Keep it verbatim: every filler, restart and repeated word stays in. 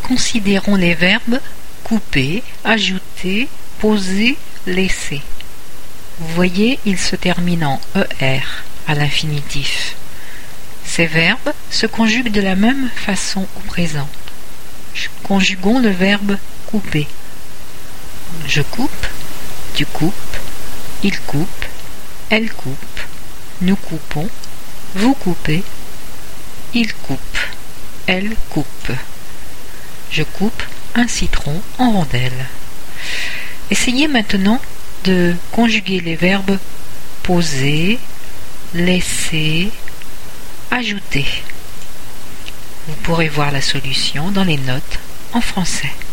Considérons les verbes couper, ajouter, poser, laisser. Vous voyez, ils se terminent en er à l'infinitif. Ces verbes se conjuguent de la même façon au présent. Conjuguons le verbe couper. Je coupe, tu coupes, il coupe, elle coupe, nous coupons, vous coupez, il coupe, elle coupe. Je coupe un citron en rondelles. Essayez maintenant de conjuguer les verbes poser, laisser, ajouter. Vous pourrez voir la solution dans les notes en français.